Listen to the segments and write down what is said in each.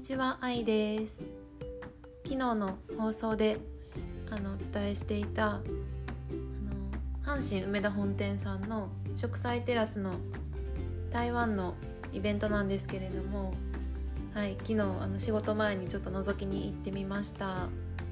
ちは、あいです。昨日の放送でお伝えしていた阪神梅田本店さんの植栽テラスの台湾のイベントなんですけれども、昨日仕事前にちょっと覗きに行ってみました。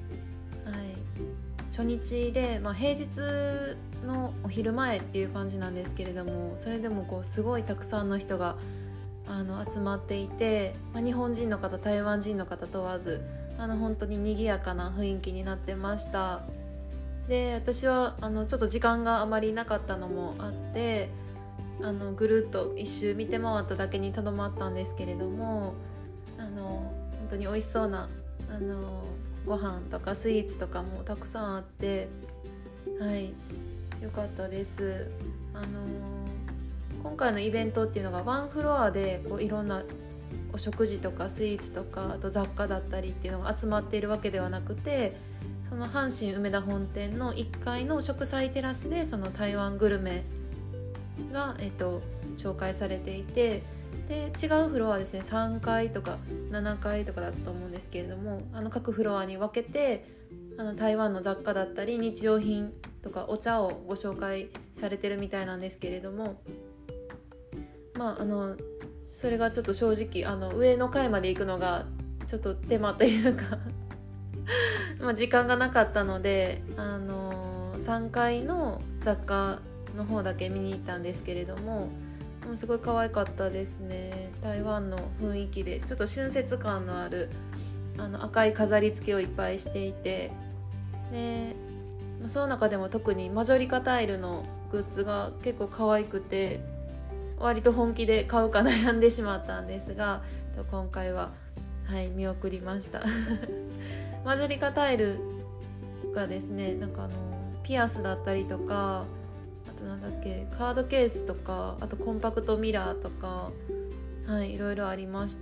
初日で、平日のお昼前っていう感じなんですけれども、それでもすごいたくさんの人が集まっていて、日本人の方台湾人の方問わず本当に賑やかな雰囲気になってました。で、私はちょっと時間があまりなかったのもあってぐるっと一周見て回っただけにとどまったんですけれども、本当に美味しそうなご飯とかスイーツとかもたくさんあって、よかったです。今回のイベントっていうのがワンフロアでいろんなお食事とかスイーツとかあと雑貨だったりっていうのが集まっているわけではなくて、その阪神梅田本店の1階の植栽テラスでその台湾グルメが、紹介されていて、で違うフロアですね、3階とか7階とかだったと思うんですけれども、各フロアに分けて台湾の雑貨だったり日用品とかお茶をご紹介されてるみたいなんですけれども、それがちょっと正直上の階まで行くのがちょっと手間というか時間がなかったので3階の雑貨の方だけ見に行ったんですけれども、すごい可愛かったですね。台湾の雰囲気でちょっと春節感のある赤い飾り付けをいっぱいしていて、でその中でも特にマジョリカタイルのグッズが結構可愛くて割と本気で買うか悩んでしまったんですが、今回は見送りましたマジョリカタイルがですね、ピアスだったりとか、あとカードケースとか、あとコンパクトミラーとか、いろいろありました。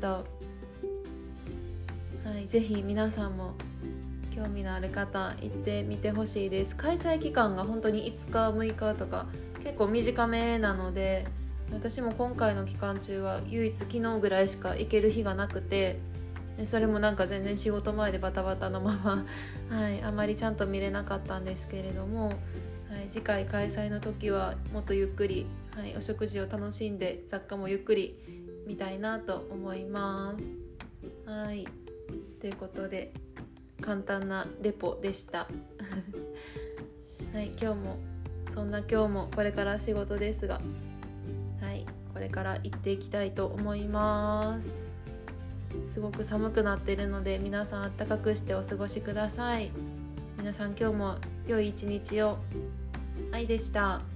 ぜひ皆さんも興味のある方行ってみてほしいです。開催期間が本当に5日6日とか結構短めなので、私も今回の期間中は唯一昨日ぐらいしか行ける日がなくて、それも全然仕事前でバタバタのままあまりちゃんと見れなかったんですけれども、次回開催の時はもっとゆっくり、お食事を楽しんで雑貨もゆっくり見たいなと思います。ということで簡単なレポでした今日もこれから仕事ですが、これから行っていきたいと思います。すごく寒くなっているので皆さん暖かくしてお過ごしください。皆さん今日も良い一日を。愛でした。